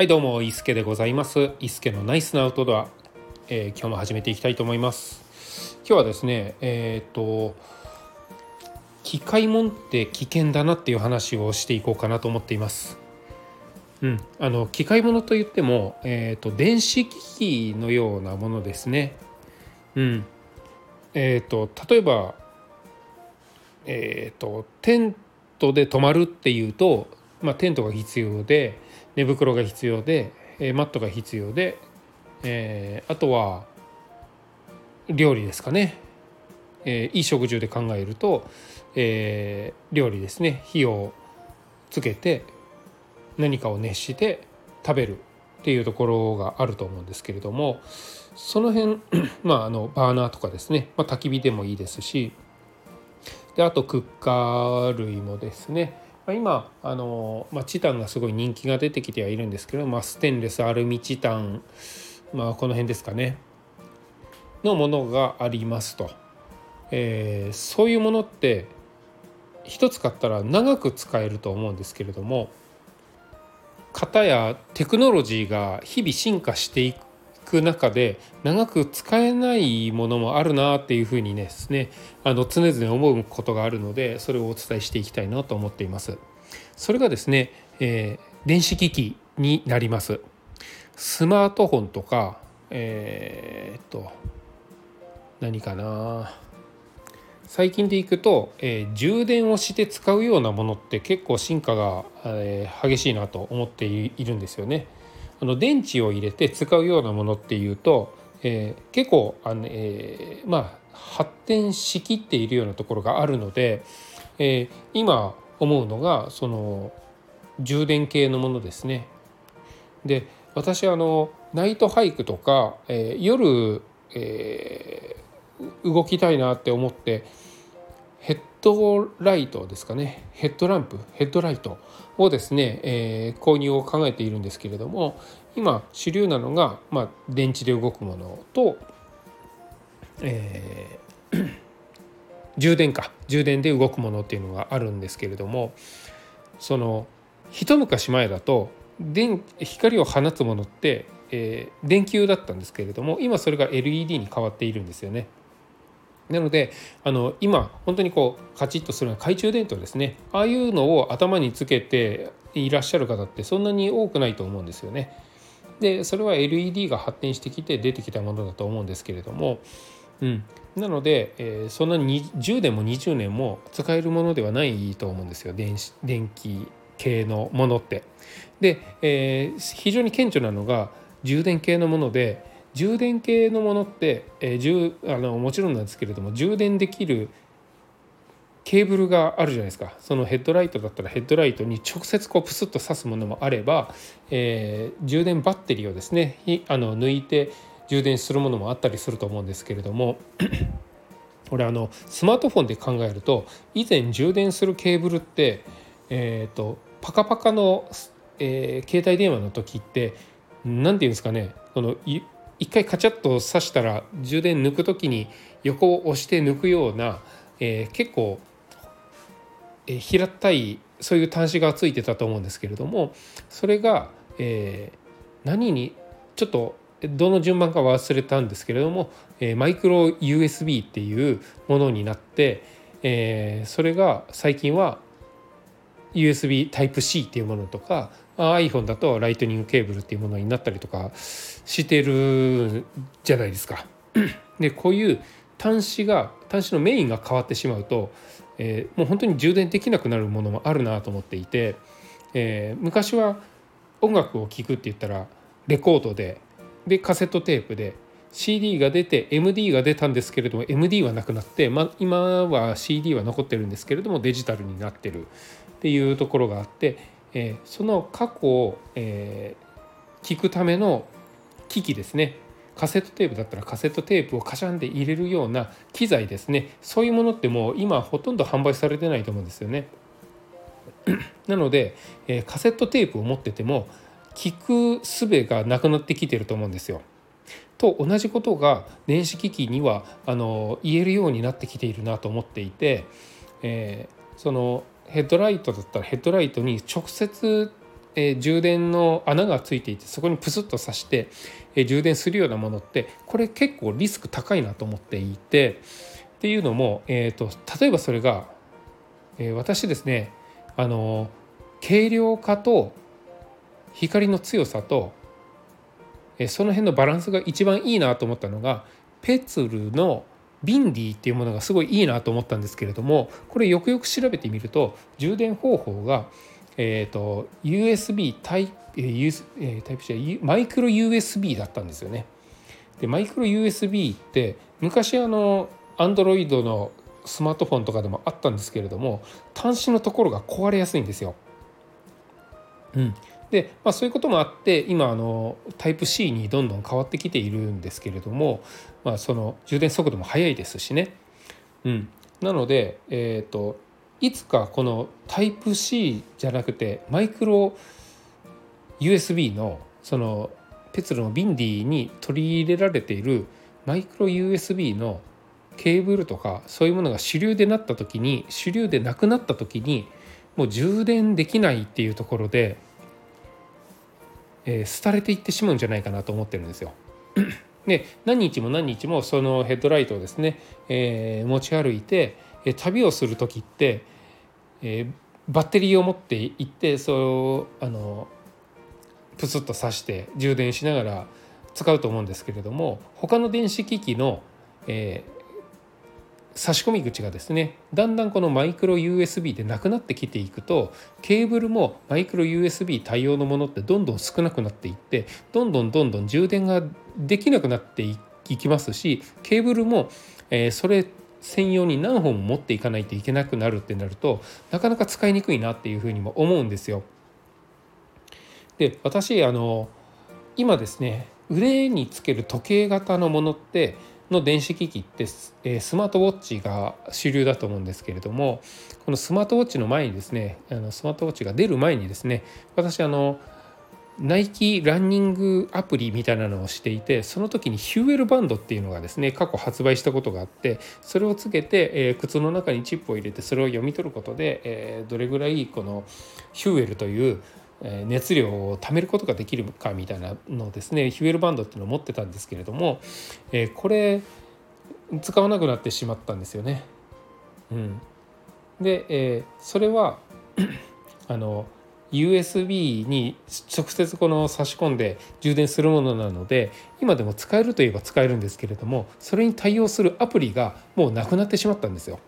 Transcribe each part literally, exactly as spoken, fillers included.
はい、どうも伊助でございます。伊助のナイスなアウトドア、えー今日も始めていきたいと思います。今日はですねえっ、と機械もんって危険だなっていう話をしていこうかなと思っています。うん、あの機械物といっても、えー、と電子機器のようなものですね。うんえー、と例えば、えー、とテントで泊まるっていうと、まあ、テントが必要で、寝袋が必要で、えーマットが必要で、えーあとは料理ですかね。えー、いい食住で考えると、えー料理ですね。火をつけて何かを熱して食べるっていうところがあると思うんですけれども、その辺まああのバーナーとかですね、まあ、焚き火でもいいですし、であとクッカー類もですね、まあ、今あの、まあ、チタンがすごい人気が出てきてはいるんですけど、まあ、ステンレス、アルミ、チタン、まあこの辺ですかねのものがありますと。えーそういうものって一つ買ったら長く使えると思うんですけれども、型やテクノロジーが日々進化していく中で長く使えないものもあるなっていうふうにですね、あの常々思うことがあるので、それをお伝えしていきたいなと思っています。それがですね、えー電子機器になります。スマートフォンとか、えーっと何かな最近でいくと、えー充電をして使うようなものって結構進化が、えー激しいなと思っているんですよね。あの電池を入れて使うようなものっていうと、えー結構あの、えーまあ発展しきっているようなところがあるので、えー今思うのがその充電系のものですね。で私あのナイトハイクとか、えー夜、えー動きたいなって思ってヘッドライトですかね、ヘッドランプ、ヘッドライトをですね、えー購入を考えているんですけれども、今主流なのが、まあ、電池で動くものと、えー充電か充電で動くものっていうのがあるんですけれども、その一昔前だと電光を放つものって、えー電球だったんですけれども、今それが エルイーディー に変わっているんですよね。なのであの今本当にこうカチッとするような懐中電灯ですね、ああいうのを頭につけていらっしゃる方ってそんなに多くないと思うんですよね。でそれは エルイーディー が発展してきて出てきたものだと思うんですけれども、うん、なので、えーそんなにじゅうねんもにじゅうねんも使えるものではないと思うんですよ、電子電気系のものって。で、えー非常に顕著なのが充電系のもので、充電系のものって、えー、充あのもちろんなんですけれども、充電できるケーブルがあるじゃないですか。そのヘッドライトだったらヘッドライトに直接こうプスッと挿すものもあれば、えー充電バッテリーをですねあの抜いて充電するものもあったりすると思うんですけれども、これあのスマートフォンで考えると、以前充電するケーブルって、えー、とパカパカの、えー携帯電話の時って何て言うんですかね、このい一回カチャッと挿したら充電抜く時に横を押して抜くような、えー結構、えー平たいそういう端子がついてたと思うんですけれども、それが、えー何にちょっとどの順番か忘れたんですけれども、えーマイクロ ユーエスビー っていうものになって、えーそれが最近は ユーエスビー タイプ C っていうものとか、 iPhone だとライトニングケーブルっていうものになったりとかしてるじゃないですか。でこういう端子が端子のメインが変わってしまうと、えーもう本当に充電できなくなるものもあるなと思っていて、えー昔は音楽を聴くって言ったらレコードででカセットテープで シーディー が出て エムディー が出たんですけれども、 エムディー はなくなって、まあ、今は シーディー は残ってるんですけれどもデジタルになってるっていうところがあって、えーその過去を、えー聞くための機器ですね、カセットテープだったらカセットテープをカシャンで入れるような機材ですね、そういうものってもう今ほとんど販売されてないと思うんですよね。なので、えーカセットテープを持ってても聞く術がなくなってきてると思うんですよ。と同じことが電子機器にはあの言えるようになってきているなと思っていて、えーそのヘッドライトだったらヘッドライトに直接えー、充電の穴がついていてそこにプスッと挿して、えー、充電するようなものってこれ結構リスク高いなと思っていて、っていうのも、えーと、例えばそれが、えー、私ですねあの軽量化と光の強さと、えー、その辺のバランスが一番いいなと思ったのがペツルのビンディっていうものがすごいいいなと思ったんですけれども、これよくよく調べてみると充電方法がえーと、ユーエスビー タイプ、えー、タイプ C マイクロ ユーエスビー だったんですよね。でマイクロ ユーエスビー って昔あの Android のスマートフォンとかでもあったんですけれども、端子のところが壊れやすいんですよ。うん、で、まあ、そういうこともあって今あのタイプ C にどんどん変わってきているんですけれども、まあ、その充電速度も速いですしね。うん、なので、えーといつかこのタイプ C じゃなくてマイクロ ユーエスビー のそのペツルのビンディに取り入れられているマイクロ ユーエスビー のケーブルとかそういうものが主流でなった時に主流でなくなった時にもう充電できないっていうところで、えー、廃れていってしまうんじゃないかなと思ってるんですよ。で何日も何日もそのヘッドライトをですね、えー、持ち歩いて旅をする時って、えー、バッテリーを持って行ってそうあのプスッと挿して充電しながら使うと思うんですけれども、他の電子機器の、えー、差し込み口がですねだんだんこのマイクロ ユーエスビー でなくなってきていくとケーブルもマイクロ ユーエスビー 対応のものってどんどん少なくなっていってどんどんどんどん充電ができなくなっていきますし、ケーブルも、えー、それ専用に何本も持っていかないといけなくなるってなるとなかなか使いにくいなっていうふうにも思うんですよ。で私あの今ですね腕につける時計型のものっての電子機器ってスマートウォッチが主流だと思うんですけれども、このスマートウォッチの前にですねあのスマートウォッチが出る前にですね私あのナイキランニングアプリみたいなのをしていて、その時にヒューエルバンドっていうのがですね過去発売したことがあって、それをつけて、えー、靴の中にチップを入れてそれを読み取ることで、えー、どれぐらいこのヒューエルという熱量を貯めることができるかみたいなのをですねヒューエルバンドっていうのを持ってたんですけれども、えー、これ使わなくなってしまったんですよね。うん、で、えー、それはあのユーエスビー に直接この差し込んで充電するものなので今でも使えるといえば使えるんですけれども、それに対応するアプリがもうなくなってしまったんですよ。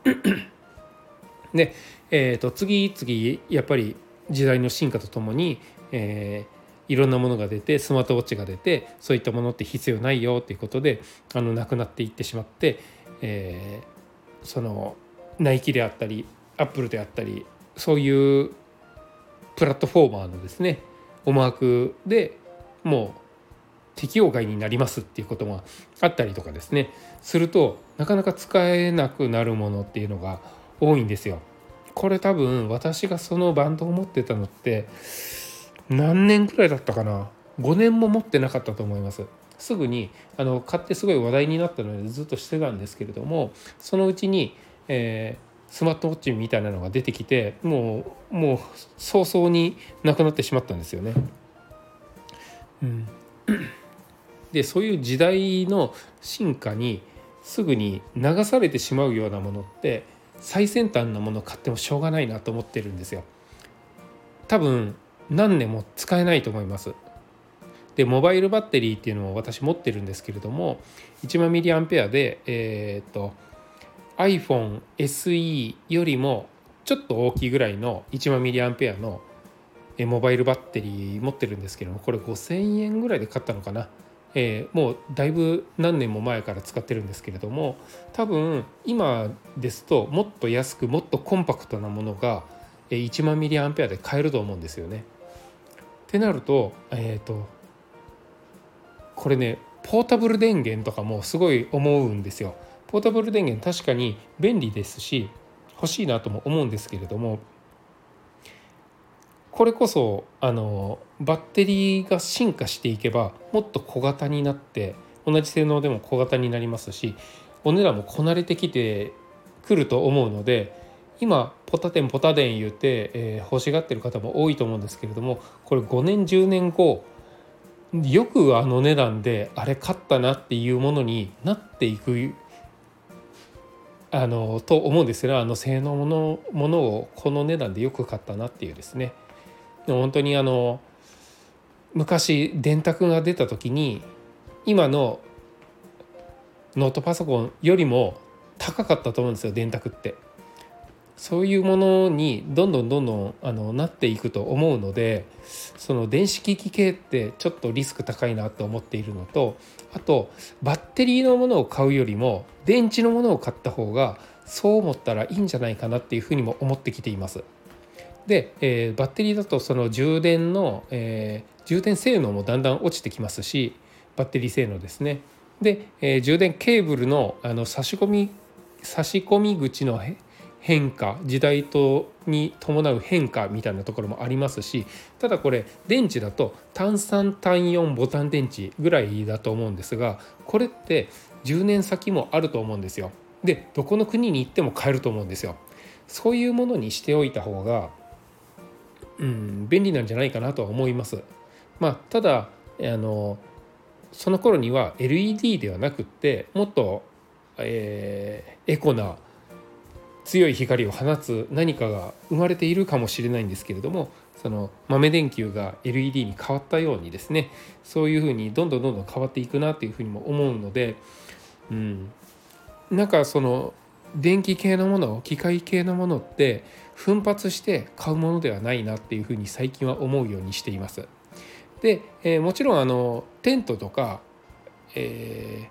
で、えー、と次々やっぱり時代の進化とともに、えー、いろんなものが出てスマートウォッチが出てそういったものって必要ないよっていうことであのなくなっていってしまって、えー、そのナイキであったりアップルであったりそういうプラットフォーマーのですね思惑でもう適用外になりますっていうことがあったりとかですねするとなかなか使えなくなるものっていうのが多いんですよ。これ多分私がそのバンドを持ってたのって何年くらいだったかな、ごねんも持ってなかったと思います。すぐにあの買ってすごい話題になったのでずっとしてたんですけれども、そのうちに、えースマートウォッチみたいなのが出てきてもうもう早々になくなってしまったんですよね。うん、でそういう時代の進化にすぐに流されてしまうようなものって最先端なものを買ってもしょうがないなと思ってるんですよ。多分何年も使えないと思います。でモバイルバッテリーっていうのを私持ってるんですけれどもいちまんミリアンペアでえー、っとiPhone エスイー よりもちょっと大きいぐらいのいちまんミリアンペアのモバイルバッテリー持ってるんですけども、これごせんえんぐらいで買ったのかな、えー、もうだいぶ何年も前から使ってるんですけれども、多分今ですともっと安くもっとコンパクトなものがいちまんミリアンペアで買えると思うんですよね。ってなるとえっとこれねポータブル電源とかもすごい思うんですよ。ポータブル電源確かに便利ですし欲しいなとも思うんですけれども、これこそあのバッテリーが進化していけばもっと小型になって同じ性能でも小型になりますしお値段もこなれてきてくると思うので、 今ポタ電ポタ電言って、えー、欲しがってる方も多いと思うんですけれども、これごねんじゅうねんごよくあの値段であれ買ったなっていうものになっていくあのと思うんですよね。あの性能ものものをこの値段でよく買ったなっていうですね。でも本当にあの昔電卓が出た時に今のノートパソコンよりも高かったと思うんですよ、電卓って。そういうものにどんどんどんどんあのなっていくと思うので、その電子機器系ってちょっとリスク高いなと思っているのと、あとバッテリーのものを買うよりも電池のものを買った方がそう思ったらいいんじゃないかなっていうふうにも思ってきています。で、えー、バッテリーだとその充電の、えー、充電性能もだんだん落ちてきますし、バッテリー性能ですね。で、えー、充電ケーブルの、あの差し込み差し込み口の変化、時代とに伴う変化みたいなところもありますし、ただこれ電池だと単さん単よんボタン電池ぐらいだと思うんですが、これってじゅうねん先もあると思うんですよ。でどこの国に行っても買えると思うんですよ。そういうものにしておいた方が、うん、便利なんじゃないかなとは思います。まあ、ただあのその頃には エルイーディー ではなくってもっと、えーエコな強い光を放つ何かが生まれているかもしれないんですけれども、その豆電球が エルイーディー に変わったようにですね、そういうふうにどんどんどんどん変わっていくなっていうふうにも思うので、うん、なんかその電気系のもの、機械系のものって奮発して買うものではないなっていうふうに最近は思うようにしています。で、えー、もちろんあのテントとか、え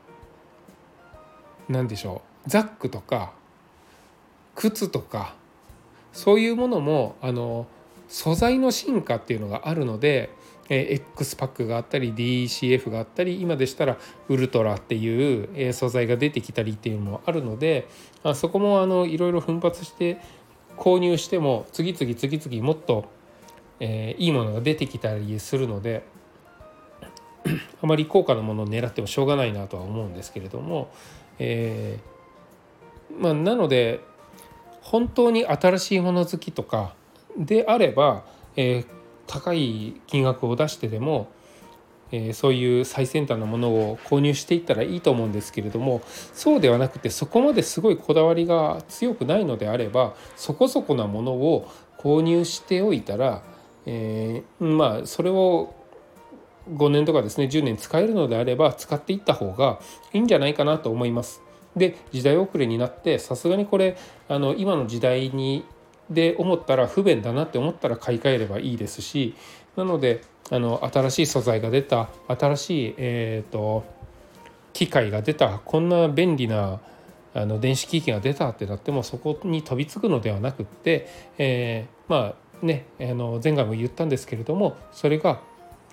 ー、何でしょう、ザックとか靴とかそういうものもあの素材の進化っていうのがあるので、えー、X パックがあったり ディーシーエフ があったり、今でしたらウルトラっていう、えー、素材が出てきたりっていうのもあるので、あそこもあのいろいろ奮発して購入しても次々次々もっと、えー、いいものが出てきたりするのであまり高価なものを狙ってもしょうがないなとは思うんですけれども、えーまあ、なので本当に新しいもの好きとかであれば、えー、高い金額を出してでも、えー、そういう最先端のものを購入していったらいいと思うんですけれども、そうではなくてそこまですごいこだわりが強くないのであれば、そこそこなものを購入しておいたら、えー、まあそれをごねんとかですねじゅうねん使えるのであれば使っていった方がいいんじゃないかなと思います。で時代遅れになってさすがにこれあの今の時代にで思ったら不便だなって思ったら買い替えればいいですし、なのであの新しい素材が出た、新しい、えーと、機械が出た、こんな便利なあの電子機器が出たってなってもそこに飛びつくのではなくって、えー、まあねあの前回も言ったんですけれども、それが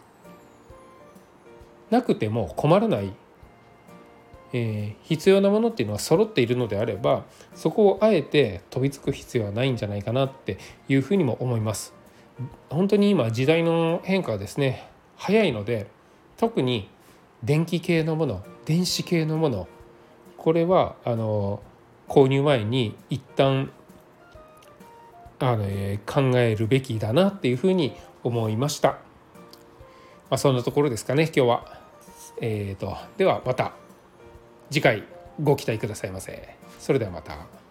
なくても困らない、えー、必要なものっていうのは揃っているのであれば、そこをあえて飛びつく必要はないんじゃないかなっていうふうにも思います。本当に今時代の変化はですね早いので、特に電気系のもの、電子系のもの、これはあの購入前に一旦あの、えー、考えるべきだなっていうふうに思いました。まあ、そんなところですかね今日は。えーと、ではまた次回ご期待くださいませ。それではまた。